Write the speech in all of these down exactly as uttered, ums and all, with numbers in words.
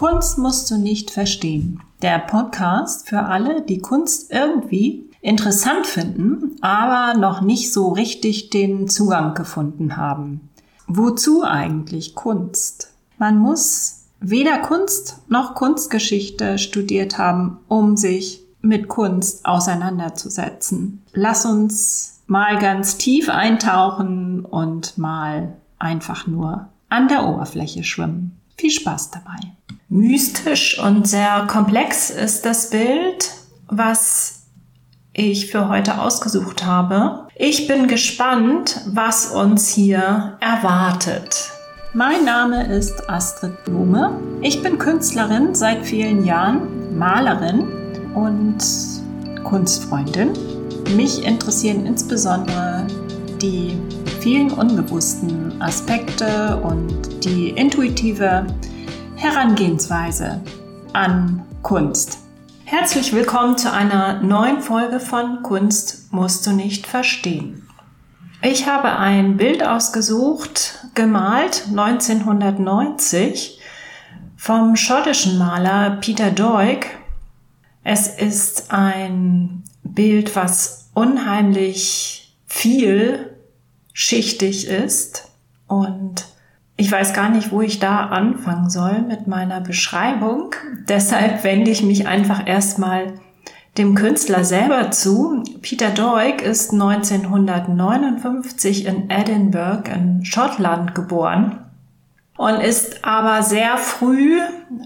Kunst musst du nicht verstehen. Der Podcast für alle, die Kunst irgendwie interessant finden, aber noch nicht so richtig den Zugang gefunden haben. Wozu eigentlich Kunst? Man muss weder Kunst noch Kunstgeschichte studiert haben, um sich mit Kunst auseinanderzusetzen. Lass uns mal ganz tief eintauchen und mal einfach nur an der Oberfläche schwimmen. Viel Spaß dabei. Mystisch und sehr komplex ist das Bild, was ich für heute ausgesucht habe. Ich bin gespannt, was uns hier erwartet. Mein Name ist Astrid Blume. Ich bin Künstlerin seit vielen Jahren, Malerin und Kunstfreundin. Mich interessieren insbesondere die vielen unbewussten Aspekte und die intuitive Herangehensweise an Kunst. Herzlich willkommen zu einer neuen Folge von Kunst musst du nicht verstehen. Ich habe ein Bild ausgesucht, gemalt neunzehnhundertneunzig vom schottischen Maler Peter Doig. Es ist ein Bild, was unheimlich vielschichtig ist und ich weiß gar nicht, wo ich da anfangen soll mit meiner Beschreibung. Deshalb wende ich mich einfach erstmal dem Künstler selber zu. Peter Doig ist neunzehnhundertneunundfünfzig in Edinburgh in Schottland geboren und ist aber sehr früh,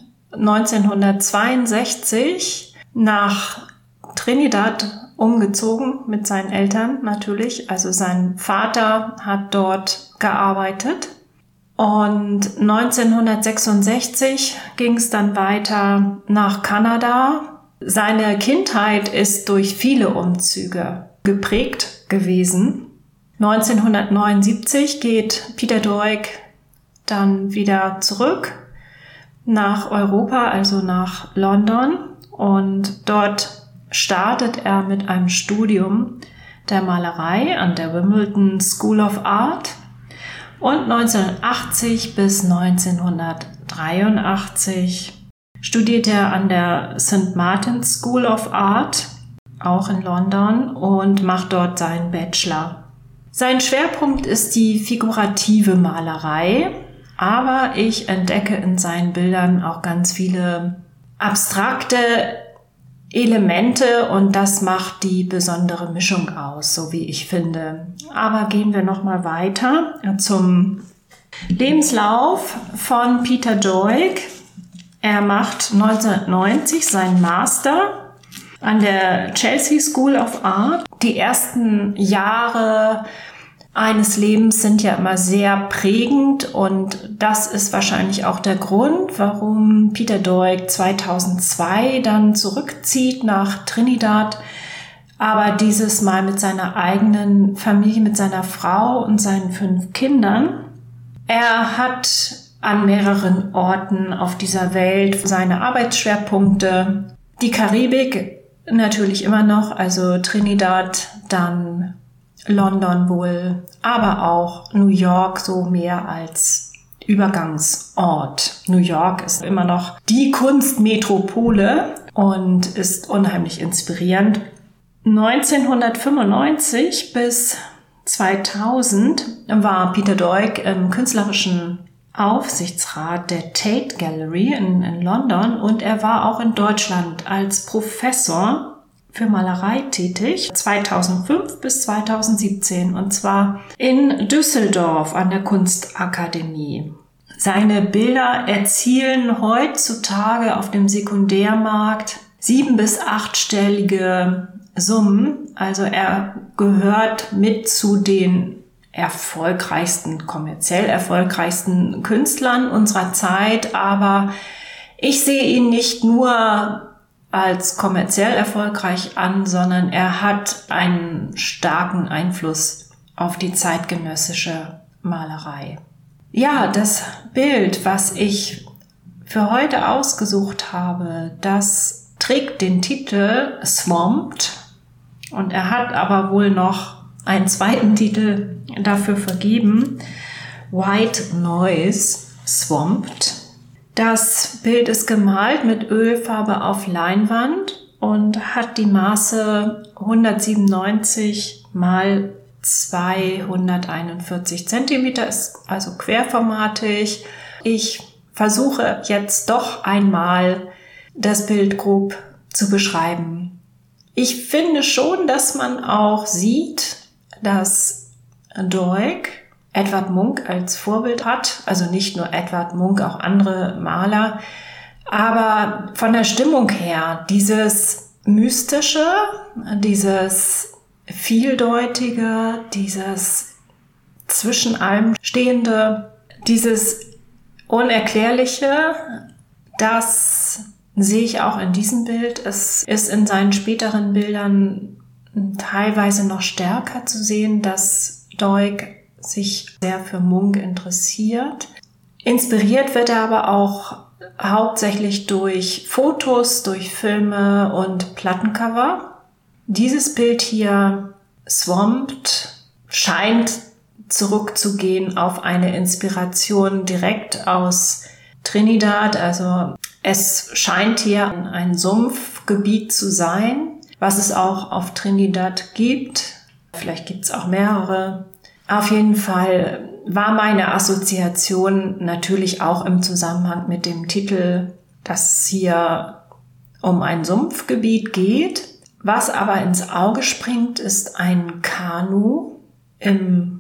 neunzehnhundertzweiundsechzig, nach Trinidad umgezogen mit seinen Eltern natürlich. Also sein Vater hat dort gearbeitet. Und neunzehnhundertsechsundsechzig ging es dann weiter nach Kanada. Seine Kindheit ist durch viele Umzüge geprägt gewesen. neunzehnhundertneunundsiebzig geht Peter Doig dann wieder zurück nach Europa, also nach London. Und dort startet er mit einem Studium der Malerei an der Wimbledon School of Art. Und neunzehnhundertachtzig bis neunzehnhundertdreiundachtzig studiert er an der Saint Martin's School of Art, auch in London, und macht dort seinen Bachelor. Sein Schwerpunkt ist die figurative Malerei, aber ich entdecke in seinen Bildern auch ganz viele abstrakte Elemente und das macht die besondere Mischung aus, so wie ich finde. Aber gehen wir noch mal weiter zum Lebenslauf von Peter Doig. Er macht neunzehnhundertneunzig seinen Master an der Chelsea School of Art. Die ersten Jahre eines Lebens sind ja immer sehr prägend und das ist wahrscheinlich auch der Grund, warum Peter Doig zweitausendzwei dann zurückzieht nach Trinidad, aber dieses Mal mit seiner eigenen Familie, mit seiner Frau und seinen fünf Kindern. Er hat an mehreren Orten auf dieser Welt seine Arbeitsschwerpunkte. Die Karibik natürlich immer noch, also Trinidad, dann London wohl, aber auch New York so mehr als Übergangsort. New York ist immer noch die Kunstmetropole und ist unheimlich inspirierend. neunzehnhundertfünfundneunzig bis zweitausend war Peter Doig im künstlerischen Aufsichtsrat der Tate Gallery in, in London und er war auch in Deutschland als Professor für Malerei tätig, zweitausendfünf bis zweitausendsiebzehn, und zwar in Düsseldorf an der Kunstakademie. Seine Bilder erzielen heutzutage auf dem Sekundärmarkt sieben- bis achtstellige Summen. Also er gehört mit zu den erfolgreichsten, kommerziell erfolgreichsten Künstlern unserer Zeit, aber ich sehe ihn nicht nur als kommerziell erfolgreich an, sondern er hat einen starken Einfluss auf die zeitgenössische Malerei. Ja, das Bild, was ich für heute ausgesucht habe, das trägt den Titel Swamped und er hat aber wohl noch einen zweiten Titel dafür vergeben, White Noise Swamped. Das Bild ist gemalt mit Ölfarbe auf Leinwand und hat die Maße hundertsiebenundneunzig mal zweihunderteinundvierzig Zentimeter, ist also querformatig. Ich versuche jetzt doch einmal das Bild grob zu beschreiben. Ich finde schon, dass man auch sieht, dass Doig Edvard Munch als Vorbild hat, also nicht nur Edvard Munch, auch andere Maler, aber von der Stimmung her dieses Mystische, dieses Vieldeutige, dieses zwischen allem Stehende, dieses Unerklärliche, das sehe ich auch in diesem Bild. Es ist in seinen späteren Bildern teilweise noch stärker zu sehen, dass Doig sich sehr für Munch interessiert. Inspiriert wird er aber auch hauptsächlich durch Fotos, durch Filme und Plattencover. Dieses Bild hier, Swamped, scheint zurückzugehen auf eine Inspiration direkt aus Trinidad. Also es scheint hier ein Sumpfgebiet zu sein, was es auch auf Trinidad gibt. Vielleicht gibt es auch mehrere. Auf jeden Fall war meine Assoziation natürlich auch im Zusammenhang mit dem Titel, dass es hier um ein Sumpfgebiet geht. Was aber ins Auge springt, ist ein Kanu im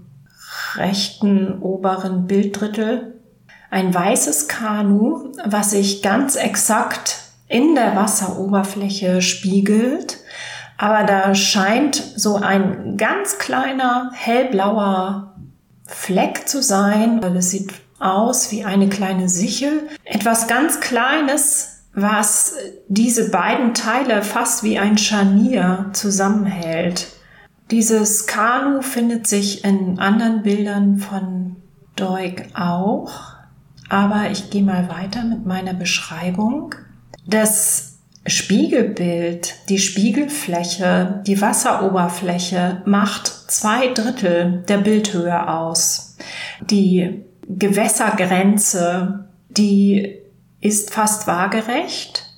rechten oberen Bilddrittel. Ein weißes Kanu, was sich ganz exakt in der Wasseroberfläche spiegelt. Aber da scheint so ein ganz kleiner hellblauer Fleck zu sein. Es sieht aus wie eine kleine Sichel. Etwas ganz Kleines, was diese beiden Teile fast wie ein Scharnier zusammenhält. Dieses Kanu findet sich in anderen Bildern von Doig auch. Aber ich gehe mal weiter mit meiner Beschreibung. Das Spiegelbild, die Spiegelfläche, die Wasseroberfläche macht zwei Drittel der Bildhöhe aus. Die Gewässergrenze, die ist fast waagerecht.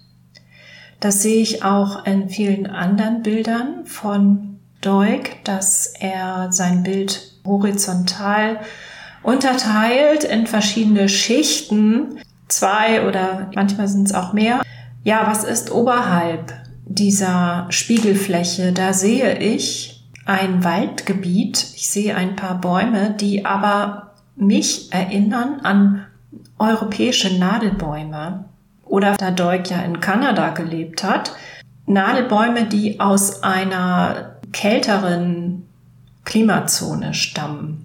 Das sehe ich auch in vielen anderen Bildern von Doig, dass er sein Bild horizontal unterteilt in verschiedene Schichten, zwei oder manchmal sind es auch mehr. Ja, was ist oberhalb dieser Spiegelfläche? Da sehe ich ein Waldgebiet. Ich sehe ein paar Bäume, die aber mich erinnern an europäische Nadelbäume. Oder da Doig ja in Kanada gelebt hat, Nadelbäume, die aus einer kälteren Klimazone stammen.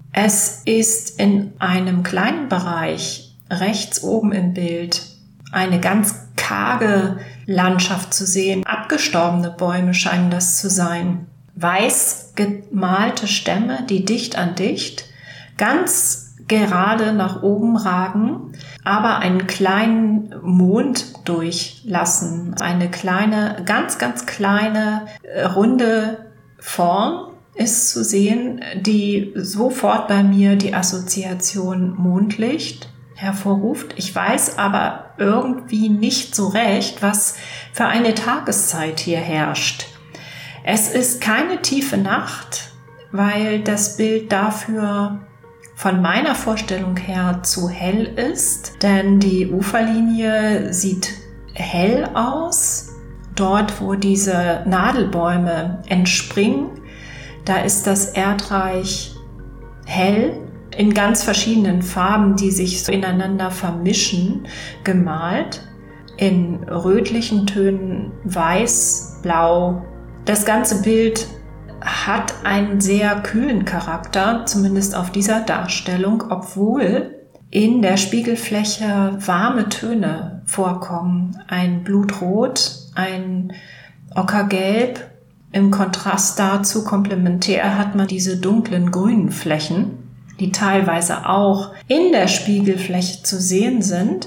Es ist in einem kleinen Bereich rechts oben im Bild eine ganz karge Landschaft zu sehen. Abgestorbene Bäume scheinen das zu sein. Weiß gemalte Stämme, die dicht an dicht, ganz gerade nach oben ragen, aber einen kleinen Mond durchlassen. Eine kleine, ganz, ganz kleine, runde Form ist zu sehen, die sofort bei mir die Assoziation Mondlicht hervorruft. Ich weiß aber irgendwie nicht so recht, was für eine Tageszeit hier herrscht. Es ist keine tiefe Nacht, weil das Bild dafür von meiner Vorstellung her zu hell ist, denn die Uferlinie sieht hell aus. Dort, wo diese Nadelbäume entspringen, da ist das Erdreich hell in ganz verschiedenen Farben, die sich so ineinander vermischen, gemalt. In rötlichen Tönen, weiß, blau. Das ganze Bild hat einen sehr kühlen Charakter, zumindest auf dieser Darstellung, obwohl in der Spiegelfläche warme Töne vorkommen. Ein Blutrot, ein Ockergelb. Im Kontrast dazu komplementär hat man diese dunklen grünen Flächen, die teilweise auch in der Spiegelfläche zu sehen sind.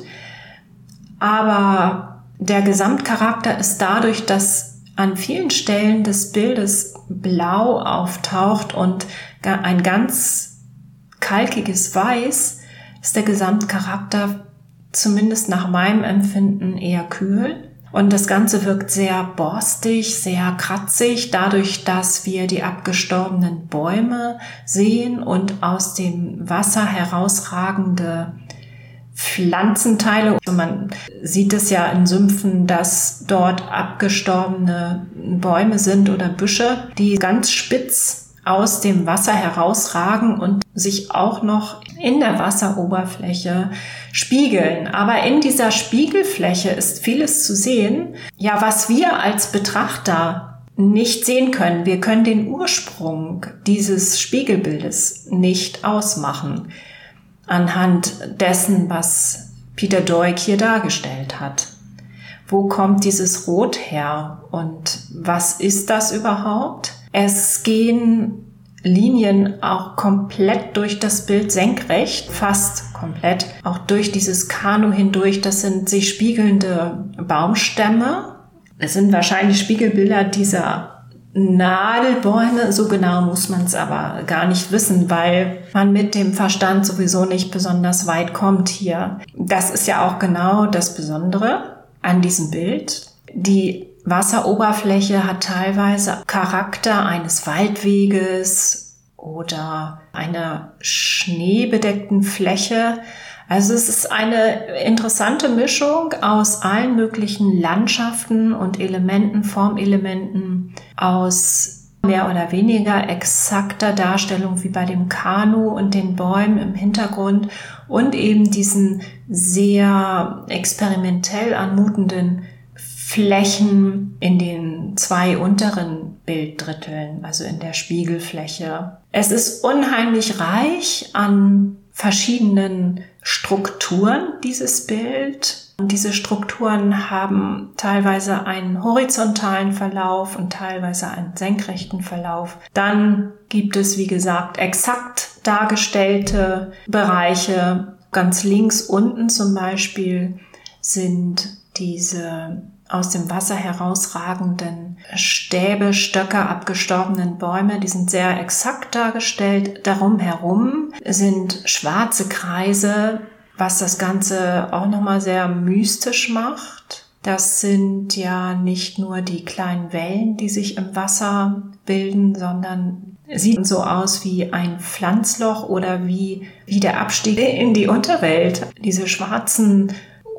Aber der Gesamtcharakter ist dadurch, dass an vielen Stellen des Bildes Blau auftaucht und ein ganz kalkiges Weiß, ist der Gesamtcharakter zumindest nach meinem Empfinden eher kühl. Und das Ganze wirkt sehr borstig, sehr kratzig, dadurch, dass wir die abgestorbenen Bäume sehen und aus dem Wasser herausragende Pflanzenteile. Also man sieht es ja in Sümpfen, dass dort abgestorbene Bäume sind oder Büsche, die ganz spitz aus dem Wasser herausragen und sich auch noch in der Wasseroberfläche spiegeln. Aber in dieser Spiegelfläche ist vieles zu sehen, ja, was wir als Betrachter nicht sehen können. Wir können den Ursprung dieses Spiegelbildes nicht ausmachen anhand dessen, was Peter Doig hier dargestellt hat. Wo kommt dieses Rot her und was ist das überhaupt? Es gehen Linien auch komplett durch das Bild senkrecht, fast komplett, auch durch dieses Kanu hindurch. Das sind sich spiegelnde Baumstämme. Es sind wahrscheinlich Spiegelbilder dieser Nadelbäume. So genau muss man es aber gar nicht wissen, weil man mit dem Verstand sowieso nicht besonders weit kommt hier. Das ist ja auch genau das Besondere an diesem Bild. Die Wasseroberfläche hat teilweise Charakter eines Waldweges oder einer schneebedeckten Fläche. Also es ist eine interessante Mischung aus allen möglichen Landschaften und Elementen, Formelementen, aus mehr oder weniger exakter Darstellung wie bei dem Kanu und den Bäumen im Hintergrund und eben diesen sehr experimentell anmutenden Flächen in den zwei unteren Bilddritteln, also in der Spiegelfläche. Es ist unheimlich reich an verschiedenen Strukturen, dieses Bild. Und diese Strukturen haben teilweise einen horizontalen Verlauf und teilweise einen senkrechten Verlauf. Dann gibt es, wie gesagt, exakt dargestellte Bereiche. Ganz links unten zum Beispiel sind diese aus dem Wasser herausragenden Stäbe, Stöcke, abgestorbenen Bäume, die sind sehr exakt dargestellt. Darum herum sind schwarze Kreise, was das Ganze auch nochmal sehr mystisch macht. Das sind ja nicht nur die kleinen Wellen, die sich im Wasser bilden, sondern sieht so aus wie ein Pflanzloch oder wie, wie der Abstieg in die Unterwelt. Diese schwarzen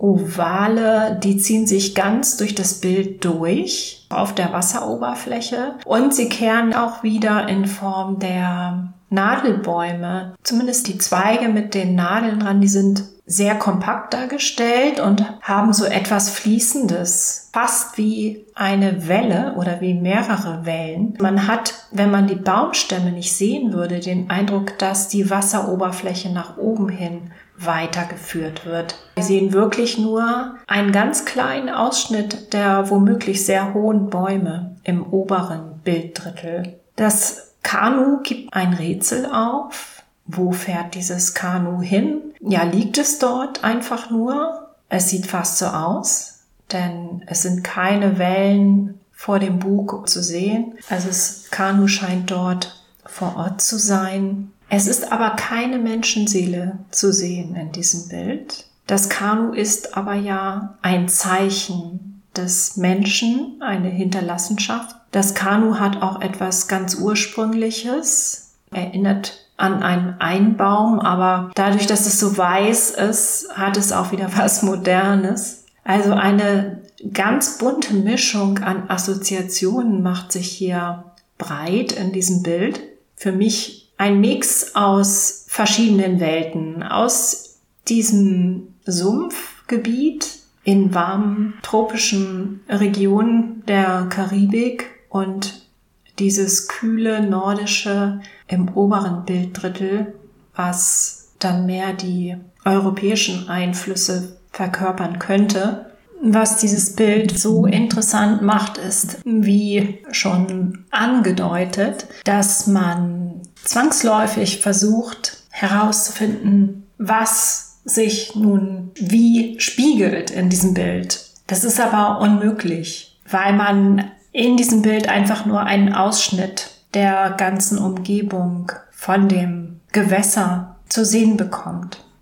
Ovale, die ziehen sich ganz durch das Bild durch auf der Wasseroberfläche und sie kehren auch wieder in Form der Nadelbäume. Zumindest die Zweige mit den Nadeln dran, die sind sehr kompakt dargestellt und haben so etwas Fließendes, fast wie eine Welle oder wie mehrere Wellen. Man hat, wenn man die Baumstämme nicht sehen würde, den Eindruck, dass die Wasseroberfläche nach oben hin weitergeführt wird. Wir sehen wirklich nur einen ganz kleinen Ausschnitt der womöglich sehr hohen Bäume im oberen Bilddrittel. Das Kanu gibt ein Rätsel auf. Wo fährt dieses Kanu hin? Ja, liegt es dort einfach nur? Es sieht fast so aus, denn es sind keine Wellen vor dem Bug zu sehen. Also das Kanu scheint dort vor Ort zu sein. Es ist aber keine Menschenseele zu sehen in diesem Bild. Das Kanu ist aber ja ein Zeichen des Menschen, eine Hinterlassenschaft. Das Kanu hat auch etwas ganz Ursprüngliches, erinnert an einen Einbaum, aber dadurch, dass es so weiß ist, hat es auch wieder was Modernes. Also eine ganz bunte Mischung an Assoziationen macht sich hier breit in diesem Bild. Für mich ein Mix aus verschiedenen Welten, aus diesem Sumpfgebiet in warmen tropischen Regionen der Karibik und dieses kühle nordische im oberen Bilddrittel, was dann mehr die europäischen Einflüsse verkörpern könnte. Was dieses Bild so interessant macht, ist, wie schon angedeutet, dass man zwangsläufig versucht herauszufinden, was sich nun wie spiegelt in diesem Bild. Das ist aber unmöglich, weil man in diesem Bild einfach nur einen Ausschnitt der ganzen Umgebung von dem Gewässer zu sehen bekommt.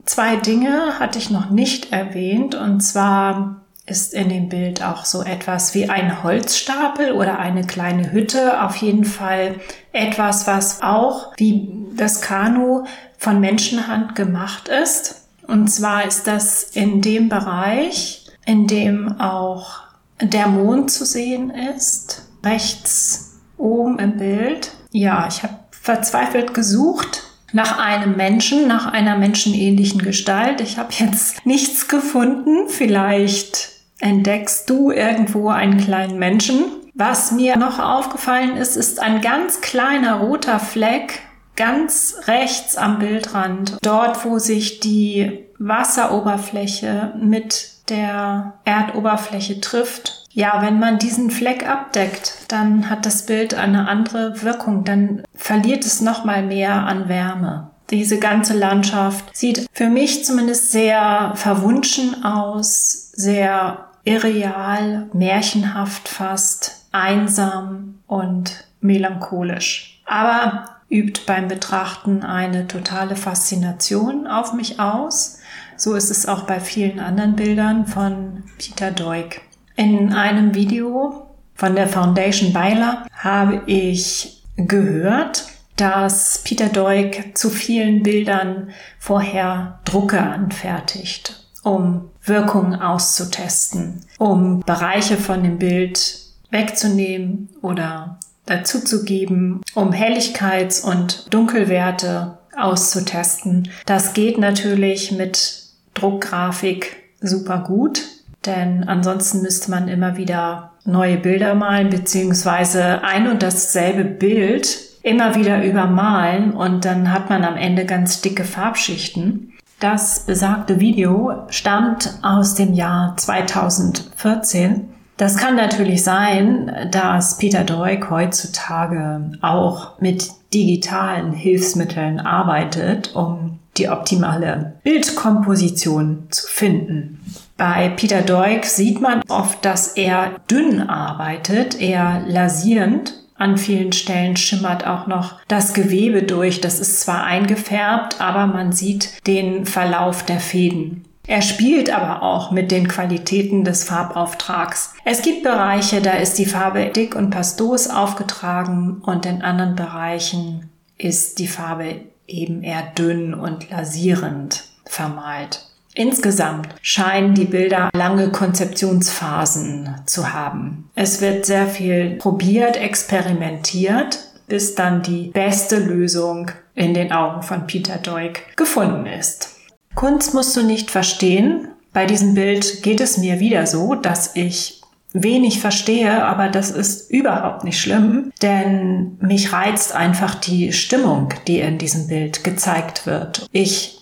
Zwei Dinge hatte ich noch nicht erwähnt, und zwar ist in dem Bild auch so etwas wie ein Holzstapel oder eine kleine Hütte, auf jeden Fall etwas, was auch wie das Kanu von Menschenhand gemacht ist. Und zwar ist das in dem Bereich, in dem auch der Mond zu sehen ist, rechts oben im Bild. Ja, ich habe verzweifelt gesucht nach einem Menschen, nach einer menschenähnlichen Gestalt. Ich habe jetzt nichts gefunden. Vielleicht entdeckst du irgendwo einen kleinen Menschen. Was mir noch aufgefallen ist, ist ein ganz kleiner roter Fleck ganz rechts am Bildrand. Dort, wo sich die Wasseroberfläche mit der Erdoberfläche trifft. Ja, wenn man diesen Fleck abdeckt, dann hat das Bild eine andere Wirkung. Dann verliert es noch mal mehr an Wärme. Diese ganze Landschaft sieht für mich zumindest sehr verwunschen aus, sehr irreal, märchenhaft fast, einsam und melancholisch. Aber übt beim Betrachten eine totale Faszination auf mich aus. So ist es auch bei vielen anderen Bildern von Peter Doig. In einem Video von der Foundation Beyeler habe ich gehört, dass Peter Doig zu vielen Bildern vorher Drucke anfertigt, um Wirkungen auszutesten, um Bereiche von dem Bild wegzunehmen oder dazuzugeben, um Helligkeits- und Dunkelwerte auszutesten. Das geht natürlich mit Druckgrafik super gut, denn ansonsten müsste man immer wieder neue Bilder malen, beziehungsweise ein und dasselbe Bild immer wieder übermalen, und dann hat man am Ende ganz dicke Farbschichten. Das besagte Video stammt aus dem Jahr zweitausendvierzehn. Das kann natürlich sein, dass Peter Doig heutzutage auch mit digitalen Hilfsmitteln arbeitet, um die optimale Bildkomposition zu finden. Bei Peter Doig sieht man oft, dass er dünn arbeitet, eher lasierend. An vielen Stellen schimmert auch noch das Gewebe durch. Das ist zwar eingefärbt, aber man sieht den Verlauf der Fäden. Er spielt aber auch mit den Qualitäten des Farbauftrags. Es gibt Bereiche, da ist die Farbe dick und pastos aufgetragen, und in anderen Bereichen ist die Farbe eben eher dünn und lasierend vermalt. Insgesamt scheinen die Bilder lange Konzeptionsphasen zu haben. Es wird sehr viel probiert, experimentiert, bis dann die beste Lösung in den Augen von Peter Doig gefunden ist. Kunst musst du nicht verstehen. Bei diesem Bild geht es mir wieder so, dass ich wenig verstehe, aber das ist überhaupt nicht schlimm, denn mich reizt einfach die Stimmung, die in diesem Bild gezeigt wird. Ich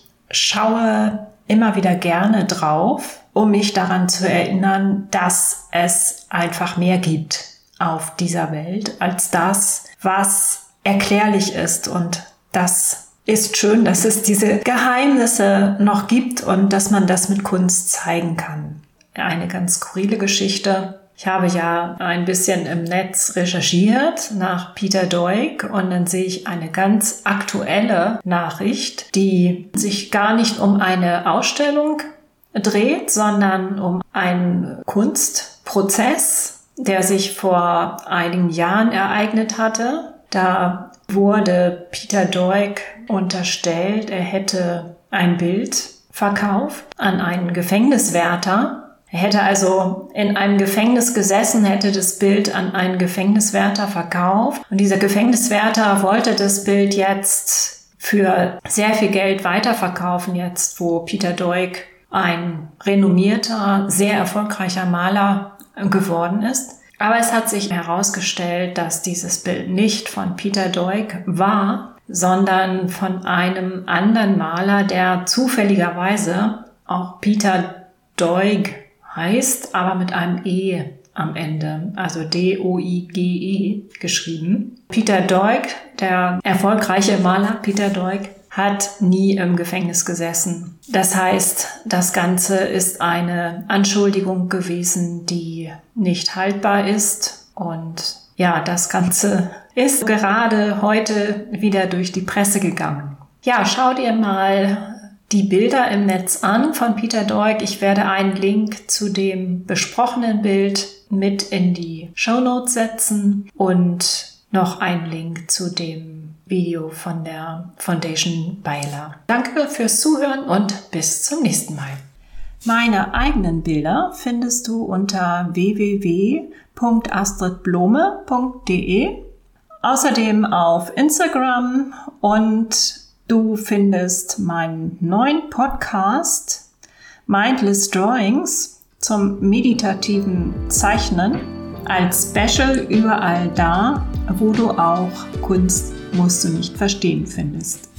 schaue immer wieder gerne drauf, um mich daran zu erinnern, dass es einfach mehr gibt auf dieser Welt als das, was erklärlich ist. Und das ist schön, dass es diese Geheimnisse noch gibt und dass man das mit Kunst zeigen kann. Eine ganz skurrile Geschichte. Ich habe ja ein bisschen im Netz recherchiert nach Peter Doig, und dann sehe ich eine ganz aktuelle Nachricht, die sich gar nicht um eine Ausstellung dreht, sondern um einen Kunstprozess, der sich vor einigen Jahren ereignet hatte. Da wurde Peter Doig unterstellt, er hätte ein Bild verkauft an einen Gefängniswärter. Er hätte also in einem Gefängnis gesessen, hätte das Bild an einen Gefängniswärter verkauft. Und dieser Gefängniswärter wollte das Bild jetzt für sehr viel Geld weiterverkaufen, jetzt wo Peter Doig ein renommierter, sehr erfolgreicher Maler geworden ist. Aber es hat sich herausgestellt, dass dieses Bild nicht von Peter Doig war, sondern von einem anderen Maler, der zufälligerweise auch Peter Doig heißt, aber mit einem E am Ende, also D O I G E geschrieben. Peter Doig, der erfolgreiche Maler Peter Doig, hat nie im Gefängnis gesessen. Das heißt, das Ganze ist eine Anschuldigung gewesen, die nicht haltbar ist. Und ja, das Ganze ist gerade heute wieder durch die Presse gegangen. Ja, schau dir mal die Bilder im Netz an von Peter Doig. Ich werde einen Link zu dem besprochenen Bild mit in die Shownotes setzen und noch einen Link zu dem Video von der Foundation Bayler. Danke fürs Zuhören und bis zum nächsten Mal. Meine eigenen Bilder findest du unter w w w punkt astrid blome punkt d e, außerdem auf Instagram, und du findest meinen neuen Podcast Mindless Drawings zum meditativen Zeichnen als Special überall da, wo du auch Kunst musst du nicht verstehen findest.